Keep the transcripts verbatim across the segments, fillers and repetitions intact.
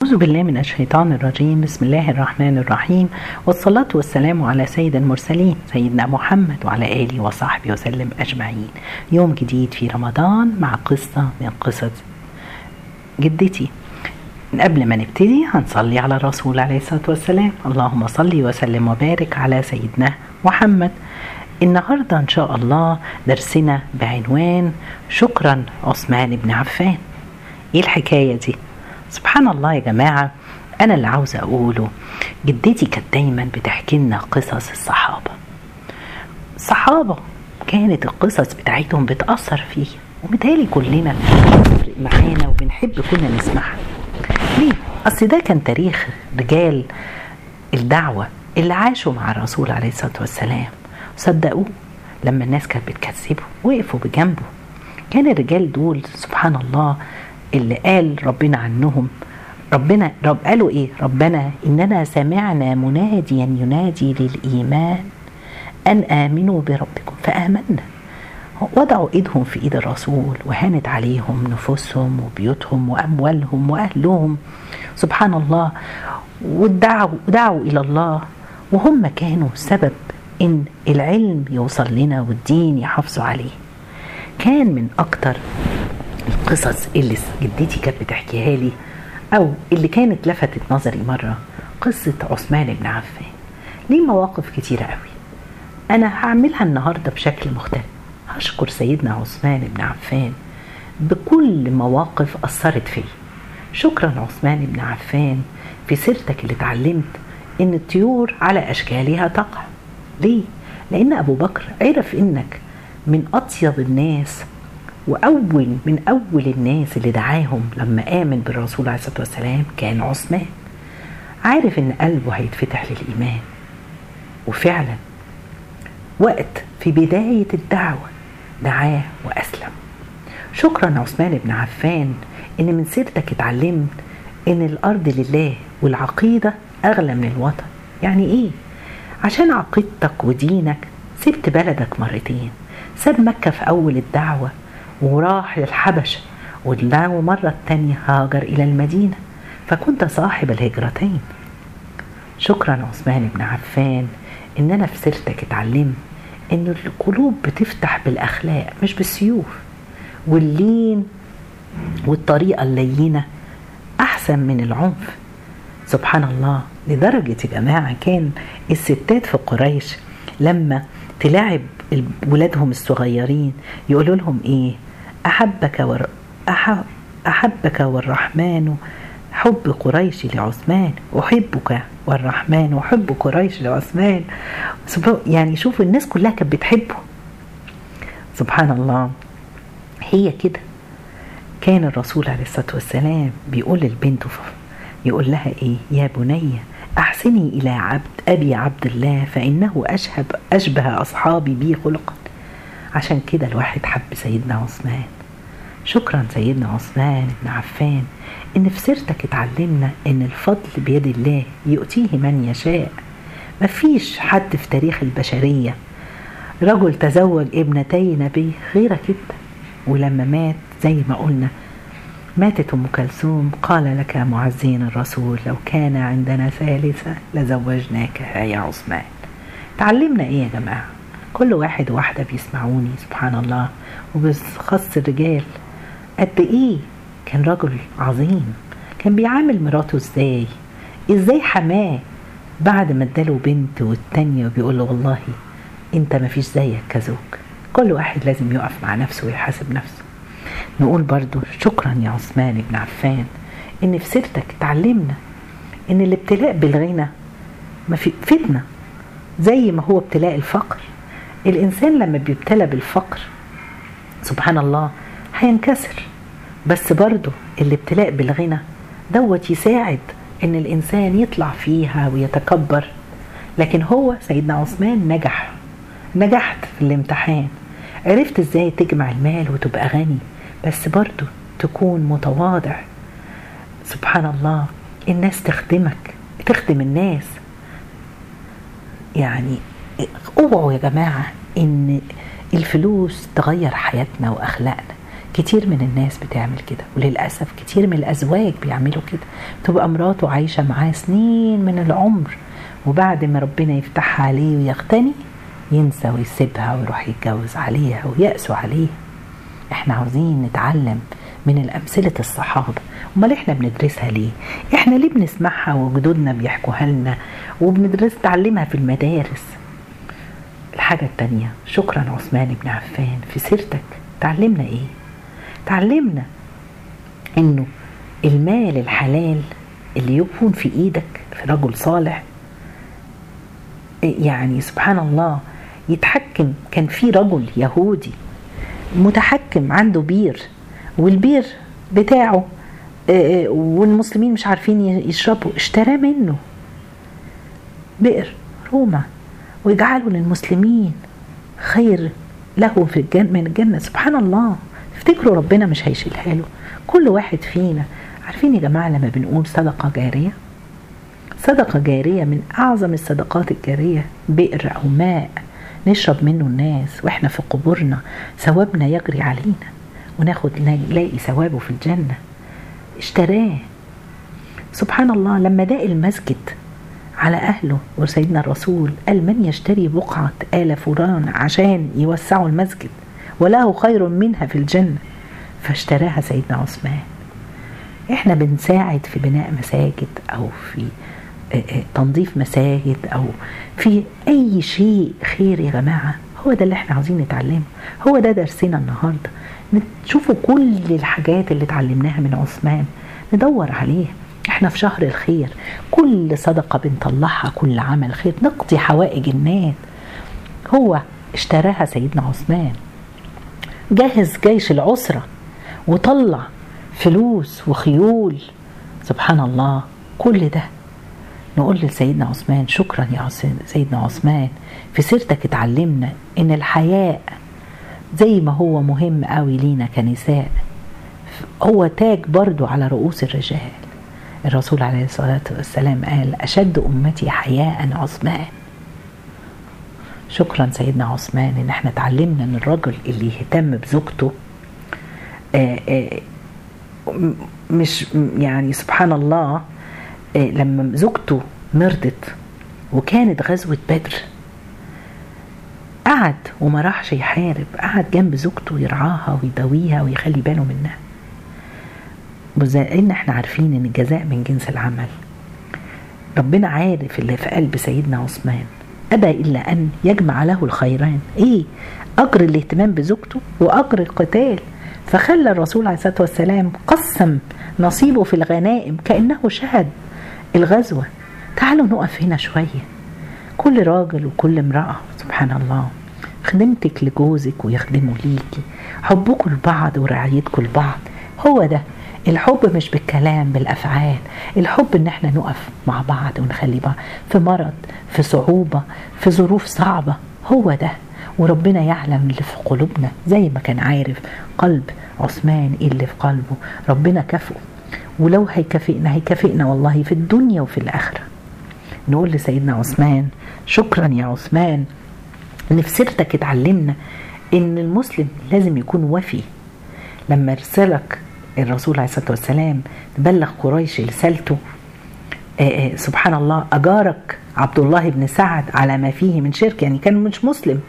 أعوذ بالله من الشيطان الرجيم. بسم الله الرحمن الرحيم، والصلاة والسلام على سيد المرسلين سيدنا محمد وعلى آله وصحبه وسلم أجمعين. يوم جديد في رمضان مع قصة من قصص جدتي. قبل ما نبتدي هنصلي على الرسول عليه الصلاة والسلام. اللهم صل وسلم وبارك على سيدنا محمد. النهاردة إن شاء الله درسنا بعنوان شكرا عثمان بن عفان. إيه الحكاية دي؟ سبحان الله يا جماعة، أنا اللي عاوزة أقوله جدتي كانت دايما بتحكي لنا قصص الصحابة. الصحابة كانت القصص بتاعتهم بتأثر فيه، ومتهيألي كلنا بتفرق معانا وبنحب كنا نسمعها. ليه؟ أصل ده كان تاريخ رجال الدعوة اللي عاشوا مع الرسول عليه الصلاة والسلام، صدقوه لما الناس كانت بتكذبه وقفوا بجنبه. كان الرجال دول سبحان الله اللي قال ربنا عنهم، ربنا رب قالوا ايه؟ ربنا اننا سمعنا مناديا ينادي للايمان ان امنوا بربكم فامنا. وضعوا ايدهم في ايد الرسول وهانت عليهم نفوسهم وبيوتهم واموالهم واهلهم سبحان الله، ودعوا دعوا الى الله، وهم كانوا سبب ان العلم يوصل لنا والدين يحافظوا عليه. كان من اكتر القصص اللي جدتي كانت بتحكيها لي او اللي كانت لفتت نظري مرة قصة عثمان بن عفان. ليه مواقف كتيرة قوي، انا هعملها النهاردة بشكل مختلف. هشكر سيدنا عثمان بن عفان بكل مواقف اثرت فيه. شكرا عثمان بن عفان في سيرتك اللي اتعلمت ان الطيور على اشكالها تقع. ليه؟ لان ابو بكر عرف انك من اطيب الناس وأول من أول الناس اللي دعاهم لما آمن بالرسول عليه الصلاة والسلام كان عثمان. عارف إن قلبه هيتفتح للإيمان، وفعلا وقت في بداية الدعوة دعاه وأسلم. شكرا عثمان بن عفان إن من سيرتك اتعلمت إن الأرض لله والعقيدة أغلى من الوطن. يعني إيه؟ عشان عقيدتك ودينك سبت بلدك مرتين، ساب مكة في أول الدعوة وراح للحبشة، ومرة التانية هاجر إلى المدينة، فكنت صاحب الهجرتين. شكرا عثمان بن عفان إن أنا في سيرتك اتعلمت إن القلوب بتفتح بالأخلاق مش بالسيوف، واللين والطريقة اللينة أحسن من العنف. سبحان الله، لدرجة يا جماعة كان الستات في قريش لما تلاعب ولادهم الصغيرين يقولوا لهم ايه؟ احبك ور... أح... احبك والرحمن حب قريش لعثمان، احبك والرحمن وحب قريش لعثمان. يعني شوفوا الناس كلها كانت بتحبه. سبحان الله، هي كده. كان الرسول عليه الصلاة والسلام بيقول للبنت يقول لها ايه؟ يا بني أحسني إلى عبد أبي عبد الله فإنه أشهب أشبه أصحابي بي خلقا. عشان كده الواحد حب سيدنا عثمان. شكرا سيدنا عثمان بن عفان إن في سيرتك اتعلمنا إن الفضل بيد الله يؤتيه من يشاء. مفيش حد في تاريخ البشرية رجل تزوج ابنتي نبي غيرك انت. ولما مات زي ما قلنا ماتت أم كلثوم قال لك معزين الرسول لو كان عندنا ثالثة لزوجناك يا عثمان. تعلمنا ايه يا جماعة؟ كل واحد وواحدة بيسمعوني سبحان الله، وبخص الرجال قد ايه كان رجل عظيم. كان بيعامل مراته ازاي؟ ازاي حماه بعد ما اداله بنت والتانية وبيقول له والله انت مفيش زيك كزوج. كل واحد لازم يقف مع نفسه ويحاسب نفسه. نقول برضو شكرا يا عثمان بن عفان ان في سيرتك اتعلمنا ان الابتلاء بالغنى ما في فتنة زي ما هو ابتلاء الفقر. الانسان لما بيبتلى بالفقر سبحان الله هينكسر، بس برضو الابتلاء بالغنى دوت يساعد ان الانسان يطلع فيها ويتكبر. لكن هو سيدنا عثمان نجح نجحت في الامتحان، عرفت ازاي تجمع المال وتبقى غني بس برضو تكون متواضع. سبحان الله، الناس تخدمك تخدم الناس. يعني اوعوا يا جماعة ان الفلوس تغير حياتنا واخلاقنا. كتير من الناس بتعمل كده، وللأسف كتير من الأزواج بيعملوا كده. تبقى مراته عايشة معاه سنين من العمر، وبعد ما ربنا يفتحها عليه ويغتني ينسى ويسيبها ويروح يتجوز عليها ويأسوا عليه. احنا عاوزين نتعلم من الأمثلة الصحابة. امال احنا بندرسها ليه؟ احنا ليه بنسمعها وجدودنا بيحكوها لنا وبندرس تعلمها في المدارس؟ الحاجة التانية، شكرا عثمان بن عفان، في سيرتك تعلمنا ايه؟ تعلمنا انه المال الحلال اللي يكون في ايدك في رجل صالح، يعني سبحان الله يتحكم. كان في رجل يهودي متحكم عنده بير، والبير بتاعه والمسلمين مش عارفين يشربوا، اشترى منه بئر روما ويجعله للمسلمين خير له في الجنة من الجنة. سبحان الله، افتكروا ربنا مش هيشيلها له. كل واحد فينا عارفين يا جماعة لما بنقول صدقة جارية، صدقة جارية من أعظم الصدقات الجارية بئر أو ماء نشرب منه الناس وإحنا في قبورنا، ثوابنا يجري علينا وناخد نلاقي ثوابه في الجنة. اشتراه سبحان الله. لما داق المسجد على أهله وسيدنا الرسول قال من يشتري بقعة آل فلان عشان يوسعوا المسجد وله خير منها في الجنة، فاشتراها سيدنا عثمان. احنا بنساعد في بناء مساجد أو في تنظيف مساجد أو في أي شيء خير يا جماعة، هو ده اللي احنا عاوزين نتعلمه، هو ده درسنا النهاردة. نشوفوا كل الحاجات اللي اتعلمناها من عثمان ندور عليها. احنا في شهر الخير، كل صدقة بنطلعها، كل عمل خير نقضي حوائج الناس. هو اشتراها سيدنا عثمان، جهز جيش العسرة وطلع فلوس وخيول. سبحان الله، كل ده نقول لسيدنا عثمان شكرا يا سيدنا عثمان. في سيرتك اتعلمنا ان الحياء زي ما هو مهم قوي لينا كنساء، هو تاج برضو على رؤوس الرجال. الرسول عليه الصلاة والسلام قال أشد أمتي حياء عثمان. شكرا سيدنا عثمان ان احنا اتعلمنا ان الرجل اللي يهتم بزوجته آآ آآ مش يعني سبحان الله، لما زوجته مرضت وكانت غزوة بدر قعد وما راحش يحارب، قعد جنب زوجته يرعاها ويداويها ويخلي باله منها. ان احنا عارفين ان الجزاء من جنس العمل. ربنا عارف اللي في قلب سيدنا عثمان، أبى إلا أن يجمع له الخيران، إيه؟ أجر الاهتمام بزوجته وأجر القتال. فخلى الرسول عليه الصلاة والسلام قسم نصيبه في الغنائم كأنه شهد الغزوة. تعالوا نقف هنا شوية، كل راجل وكل امرأة سبحان الله خدمتك لجوزك ويخدموا ليكي، حبكم لبعض ورعايتكم لبعض، هو ده الحب. مش بالكلام، بالأفعال. الحب ان احنا نقف مع بعض ونخلي بعض في مرض، في صعوبة، في ظروف صعبة، هو ده. وربنا يعلم اللي في قلوبنا زي ما كان عارف قلب عثمان ايه اللي في قلبه. ربنا كافئه، ولو هيكافئنا هيكافئنا والله في الدنيا وفي الآخرة. نقول لسيدنا عثمان شكرا يا عثمان ان في سيرتك اتعلمنا ان المسلم لازم يكون وفي. لما ارسلك الرسول عليه الصلاة والسلام تبلغ قريش رسالته، آآ آآ سبحان الله أجارك عبد الله بن سعد على ما فيه من شرك، يعني كان مش مسلم.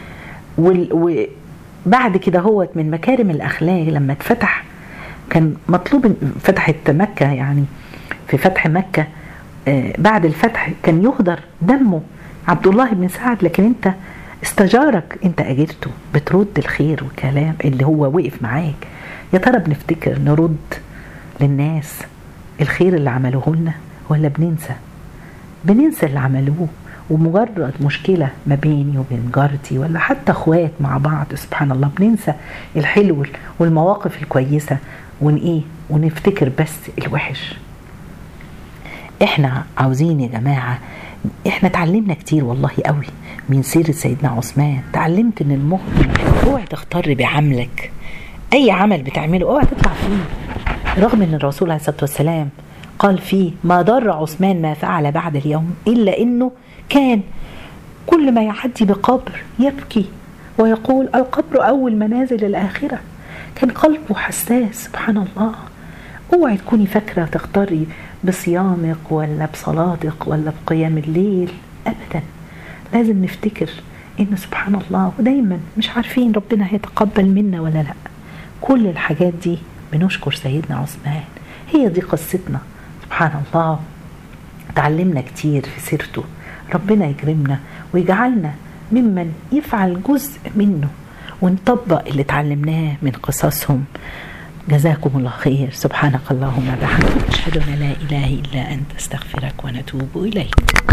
وبعد كده هو من مكارم الأخلاق لما اتفتح كان مطلوب فتحت مكة، يعني في فتح مكة بعد الفتح كان يهدر دمه عبد الله بن سعد، لكن انت استجارك، انت أجرته بترد الخير والكلام اللي هو وقف معاك. يا ترى بنفتكر نرد للناس الخير اللي عملوه لنا ولا بننسى؟ بننسى اللي عملوه، ومجرد مشكلة ما بيني وبين جارتي ولا حتى اخوات مع بعض سبحان الله بننسى الحلو والمواقف الكويسة ون ايه ونفتكر بس الوحش. احنا عاوزين يا جماعة، احنا تعلمنا كتير والله قوي من سيرة سيدنا عثمان. تعلمت ان المؤمن اوعي تختار بعملك، اي عمل بتعمله اوعى تطلع فيه، رغم ان الرسول عليه الصلاة والسلام قال فيه ما ضر عثمان ما فعل بعد اليوم، الا انه كان كل ما يعدي بقبر يبكي ويقول القبر اول منازل الاخرة. كان قلبه حساس. سبحان الله. اوعي تكوني فاكرة تختاري بصيامك ولا بصلاتك ولا بقيام الليل، ابدا. لازم نفتكر ان سبحان الله ودايما مش عارفين ربنا هيتقبل منا ولا لا. كل الحاجات دي بنشكر سيدنا عثمان. هي دي قصتنا. سبحان الله. تعلمنا كتير في سيرته. ربنا يكرمنا ويجعلنا ممن يفعل جزء منه ونطبق اللي تعلمناه من قصصهم. جزاكم الله خير. سبحانك اللهم وبحمدك، أشهد أن لا إله إلا أنت، استغفرك ونتوب إليك.